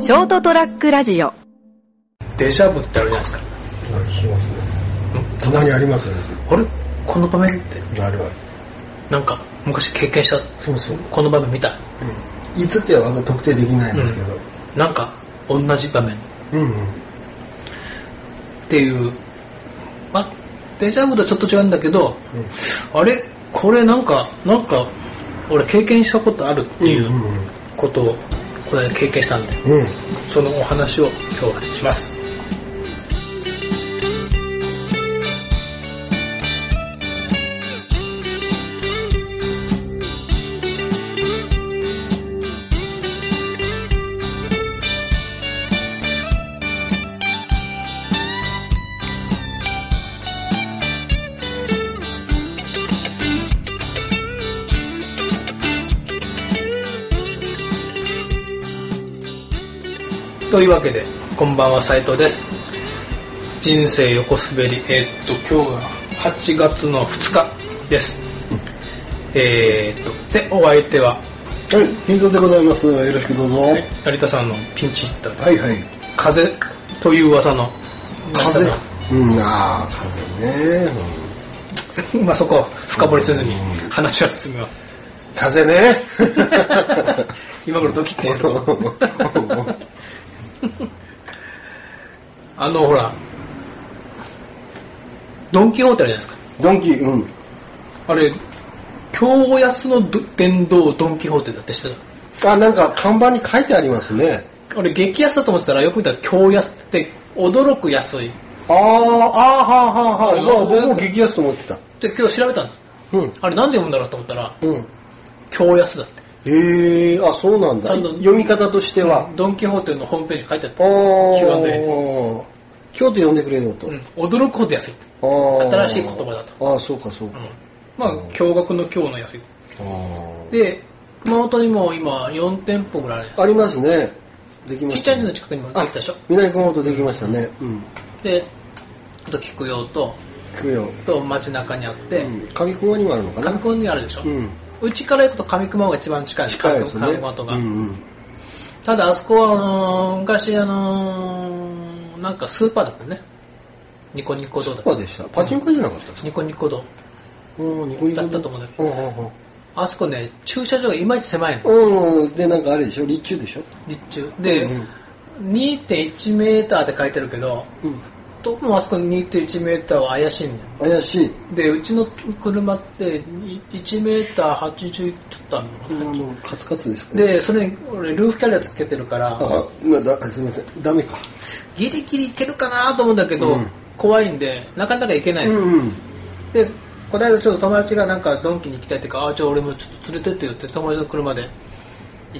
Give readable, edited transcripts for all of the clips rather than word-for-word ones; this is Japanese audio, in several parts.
ショートトラックラジオ。 デジャブってあるじゃないですか。 聞きますね。たまにありますよね。 あれこの場面ってあるある。 なんか昔経験したそうそう。 この場面見た、 いつっては特定できないんですけど、 なんか同じ場面っていう、まあデジャブとちょっと違うんだけど、あれこれなんか俺経験したことあるっていうことをこの間経験したんで、そのお話を今日はします。というわけでこんばんは、斉藤です。人生横滑り、今日が8月の2日です。でお相手はピンゾでございます。よろしくどうぞ。 成田さんのピンチヒッター、 はいはい。 風という噂の風、風ね。 まあそこを深掘りせずに話は進みます。 風ね。 今頃ドキッてしてるほらドンキホーテあるじゃないですか。 ドンキ、 あれ京安の電動ドンキホーテだって知ってた？ あ、なんか看板に書いてありますね。 俺激安だと思ってたら、よく見たら京安って驚く安い。 僕も激安と思ってた。 で今日調べたんです、あれなんで読むんだろうと思ったら、京安だって。 あ、そうなんだ。読み方としては、 ドンキホーテのホームページに書いてあった。 Q&A。京都読んでくれよと。 驚くほど安い。新しい言葉だと。 ああ、そうかそうか。 まあ驚愕の今日の安い。で熊本にも今4店舗ぐらいあるんです。ありますね。できました。 ちっちゃいの近くにもできたでしょ。 南熊本できましたね。 であと菊陽と街中にあって、 上熊にもあるのかな。 上熊にあるでしょ。うちから行くと上熊が一番近い。 近いですね。 上熊とか。ただあそこは昔なんかスーパーだったね。ニコニコ堂だった。 スーパーでした。パチンコじゃなかったですか。 ニコニコ堂だったと思うんだけど、あそこね、駐車場がいまいち狭いの。でなんかあれでしょ、立中でしょ。 立中で、2.1 メーターって書いてるけど、どうもあそこの 2.1 メーターは怪しいんだよ。怪しい。でうちの車って1メーター80ちょっとあるのかな。 カツカツですか。 でそれに俺ルーフキャリアつけてるから、 すみません、ダメか。 ギリギリいけるかなと思うんだけど、怖いんでなかなかいけない。でこの間ちょっと友達がなんかドンキに行きたいっていうか、じゃあ俺もちょっと連れてって言って友達の車で行って、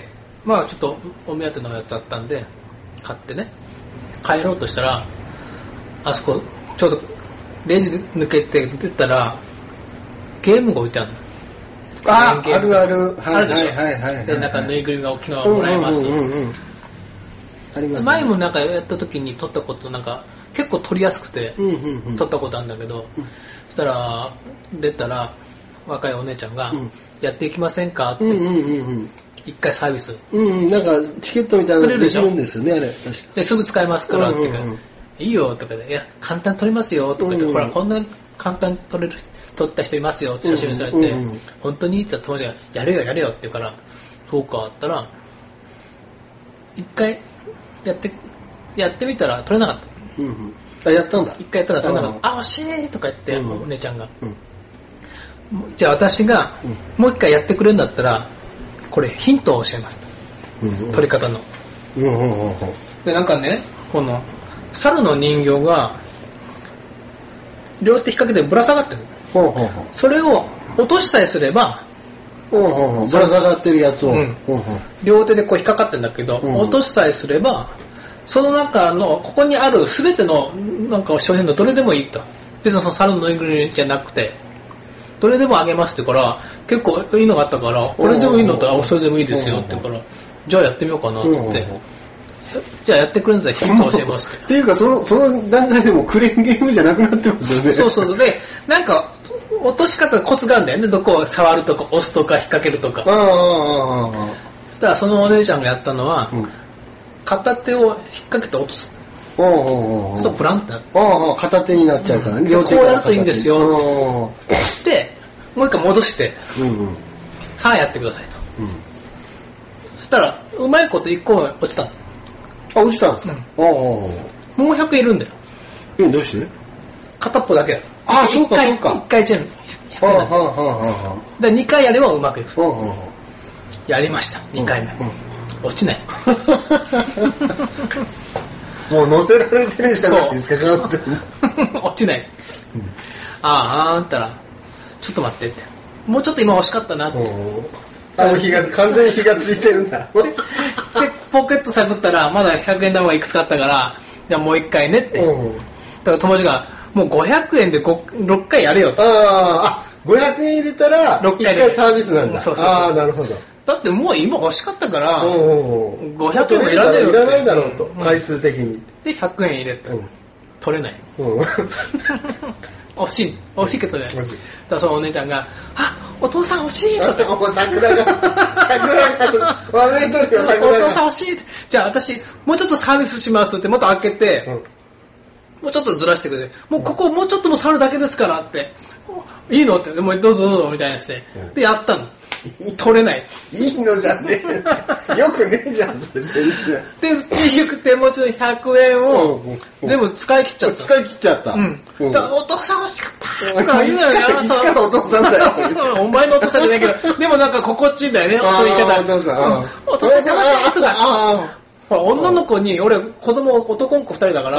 まあちょっとお目当てのやつあったんで買ってね、帰ろうとしたら、あそこちょうどレジ抜けて出たらゲームが置いてあるの。 あるある。 あるでしょ。でなんかぬいぐるみが大きなのもらえます。ありますね。前もなんかやった時に撮ったこと、なんか結構撮りやすくて撮ったことあるんだけど、そしたら出たら若いお姉ちゃんがやっていきませんかって一回サービス、 なんかチケットみたいなのできるんですよね、あれ。 ですぐ使えますからって言うから、いいよとかで、いや簡単に撮れますよとか言って、ほらこんな簡単に撮った人いますよって写真見せられて、本当にって友達がやれよって言うから、そうかって言ったら一回やってみたら撮れなかった。 やったんだ。 一回やったら撮れなかった。惜しいとか言って、お姉ちゃんが、じゃあ私がもう一回やってくれるんだったらこれヒントを教えますと、撮り方の。でなんかね、この猿の人形が両手引っ掛けてぶら下がってる。それを落としさえすれば、 ぶら下がってるやつを、 両手でこう引っかかってるんだけど、落としさえすればその中のここにある全てのなんか商品のどれでもいいと。別にその猿のぬいぐるみじゃなくてどれでもあげますって言うから、結構いいのがあったから、これでもいいのと、それでもいいですよって言うから、じゃあやってみようかなっつって、じゃあやってくれるんだったらヒント教えますってっていうかその段階でもクレーンゲームじゃなくなってますよね。 そうでなんか落とし方コツがあるんだよね。どこを触るとか押すとか引っ掛けるとか。そしたらそのお姉ちゃんがやったのは、 片手を引っ掛けて落とす。そうするとブランってなる。 片手になっちゃうからね。 こうやるといいんですよ。で、もう一回戻して、さあやってくださいと。そしたら、うまいこと1個落ちた。 落ちたんですか？ もう100円いるんだよ。 どうして？ 片っぽだけだ。 そうかそうか。 1回チェーン。で2回やればうまくいく。やりました。2回目。落ちない。 もう乗せられてるじゃないですか、完全に。 落ちない。あったら、ちょっと待ってって。もうちょっと今惜しかったなって。 完全に火がついてるんだ。 で、ポケット探ったら、まだ100円玉がいくつかあったから、じゃあもう1回ねって。だから友達が、もう500円で6回やれよと。 500円入れたら、1回サービスなんだ。 そう。 なるほど。 だってもう今欲しかったから、500円もいらないよって。 いらないだろうと、回数的に。 で、100円入れた。取れない。惜しいけどね。だからそのお姉ちゃんが、お父さん欲しいとか。 桜が、わめいとるよ、桜が。 お父さん欲しいって。じゃあ私、もうちょっとサービスしますって、もっと開けて、もうちょっとずらしてくれて、もうここもうちょっとも触るだけですからって、いいのって、もうどうぞみたいなして。で、やったの。取れない。 いいのじゃねえ。よくねえじゃん、それ全然。 で、結局手持ちの100円を全部使い切っちゃった。 使い切っちゃった。 お父さん欲しかったとか言うのよね。 いつからお父さんだよ。 お前のお父さんじゃないけど、でもなんか心地いいんだよね、そういう言い方。お父さんとか。女の子に、俺子供男の子2人だから、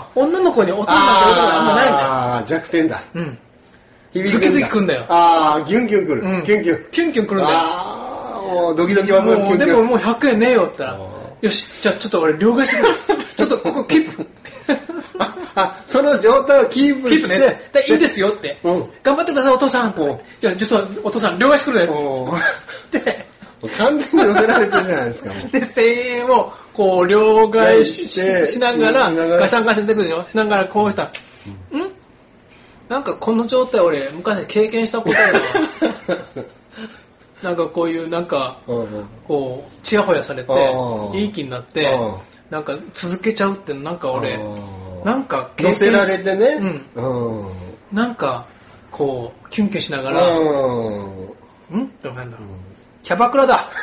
女の子にお父さんって言うことがあんまないんだよ。 弱点だ。 ズキズキくんだよ。 ギュンギュンくる。キュンキュン。 キュンキュンくるんだよ。 ドキドキワクワクキュンキュン。 でももう100円ねえよって言ったら、よし、じゃあちょっと俺両替してくれ。ちょっとここキープ。 その状態をキープして。 でいいですよって。頑張ってくださいお父さん。いや、ちょっとお父さん両替してくれ。で、 完全に寄せられてるじゃないですか。 で、1000円をこう両替しながら、ガシャンガシャン出てくるでしょしながらこうしたら、なんかこの状態俺昔経験したことあるな。なんかこういうなんかこうチヤホヤされていい気になってなんか続けちゃうってなんか俺なんか乗せられてね。 なんかこうキュンキュンしながらって思うんだ。キャバクラだ。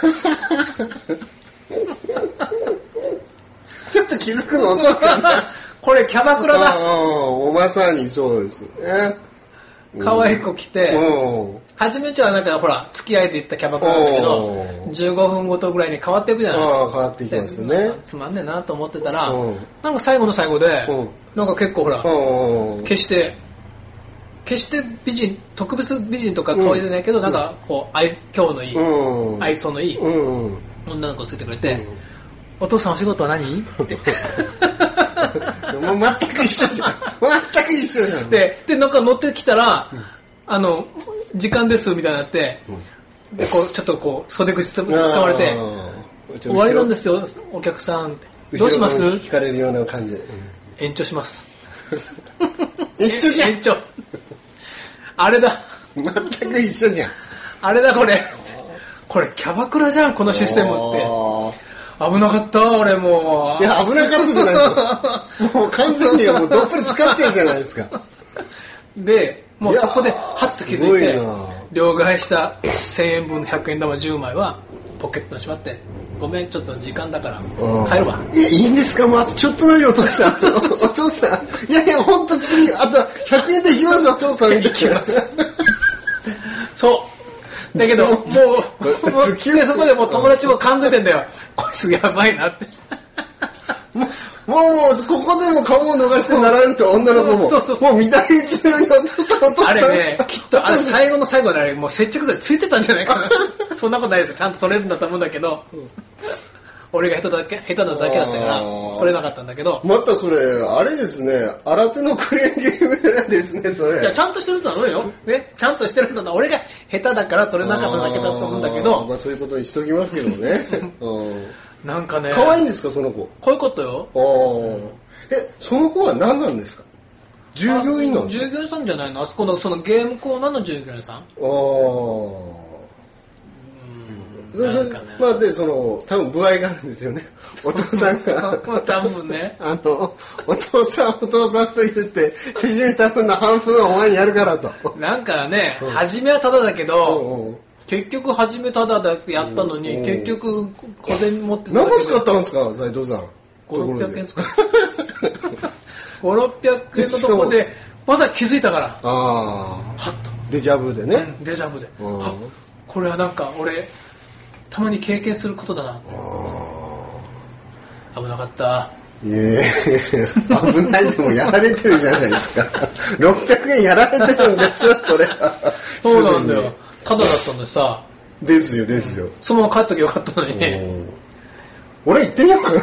ちょっと気づくの遅かった。 これキャバクラだ。 まさにそうです。 可愛い子来て、初めはなんかほら付き合いで行ったキャバクラなんだけど、15分ごとぐらいに変わっていくじゃない。 変わっていきますよね。 つまんねえなと思ってたら、なんか最後の最後で、なんか結構ほら、決して美人、特別美人とか可愛いじゃないけど、なんかこう今日のいい、愛想のいい女の子をつけてくれて、お父さんお仕事は何？って。 もう全く一緒じゃん。全く一緒じゃん。 で、なんか乗ってきたら、時間ですみたいになって、でこうちょっとこう袖口使われて、終わりなんですよ、お客さん。どうします？ 聞かれるような感じで。 延長します。 一緒じゃん。 延長。あれだ。 全く一緒じゃん。 あれだこれ。これキャバクラじゃんこのシステムって。危なかった俺もう。いや危なかったじゃないですか。もう完全にもうどっぷり使ってるじゃないですか。 でもうそこでハッと気づいて両替した1000円分の100円玉10枚はポケットにしまって、ごめんちょっと時間だから帰るわ。 いやいいんですか、もうあとちょっとなりお父さん。お父さんいや本当次あと100円で行きますお父さん。 行きます。そうだけどもうでそこでもう友達も感づいてんだよ。こいつやばいなって。 もうここでも顔を逃してなられると女の子ももう乱れ打ちのようにお父さんあれねきっとあれ最後の最後であれもう接着剤ついてたんじゃないかな。そんなことないですよ、ちゃんと取れるんだと思うんだけど、俺が下手なだけだったから取れなかったんだけど。 またそれあれですね、新手のクレーンゲームですねそれ。 いやちゃんとしてるんだろうよ、ね、ちゃんとしてるんだな。俺が下手だから取れなかっただけだと思うんだけど、 まあそういうことにしときますけどね。 なんかね可愛いんですかその子。 こういうことよ。 その子は何なんですか。従業員なんですか。 従業員さんじゃないの、あそこのそのゲームコーナーの従業員さん。 まあで多分部合があるんですよね。お父さんが多分ねお父さんと言ってせしめた分の半分はお前にやるからと。 なんかね、初めはタダだけど、結局初めタダでやったのに、結局小銭持ってただけで。 何個使ったんですか斉藤さん。 500、600円使った500、600円のところでまだ気づいたから、はっとデジャブでね、 デジャブで、これはなんか俺たまに経験することだな。危なかった。 いえ危ないでもやられてるじゃないですか。600円やられてるんですよそれは。 そうなんだよ、ただだったのにさ。 ですよそのまま帰っときゃよかったのにね。 俺行ってみようかな。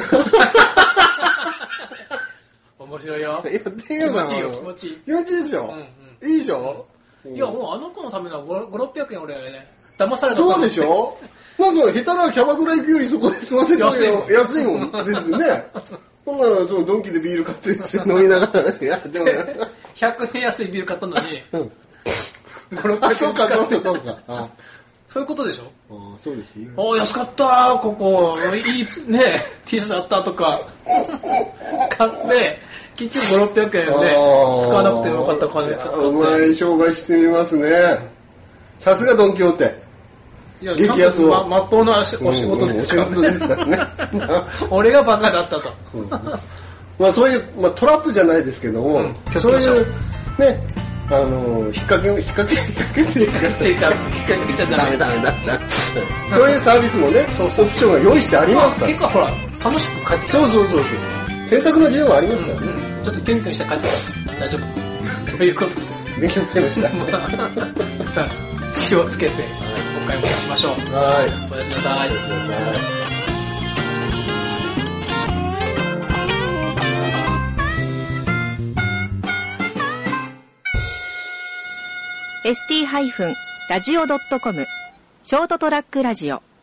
面白いよ。 やってみようかな。 気持ちいいよ、気持ちいい。 気持ちいいでしょ、いいでしょ。 いや、もうあの子のための5、600円俺ね、騙された。 そうでしょ。なんか下手なキャバクラ行くよりそこで済ませて安いもんですね。ほんならドンキでビール買って飲みながら、いやでも 100円安いビール買ったのに、5、600円。 そうか。 そういうことでしょ。 そうですね。 安かったここいいね T シャツあったとか買って結局5、600円で使わなくてよかった金使って。 うまい商売してみますね。さすがドンキホーテ。 いや、激安をまっとうなお仕事ですからね。俺がバカだったと。 まあそういうトラップじゃないですけども、そういうね。引っ掛けちゃダメだ。そういうサービスもね、オプションが用意してありますから。 結構ほら、楽しく帰ってきた。 そう。選択の自由はありますからね。 ちょっとキュンキュンして帰ってきた。大丈夫。ということです。 勉強になりました。 さあ、気をつけて、今回もしましょう。 はい。 おやすみなさい。 ST-radio.com ショートトラックラジオ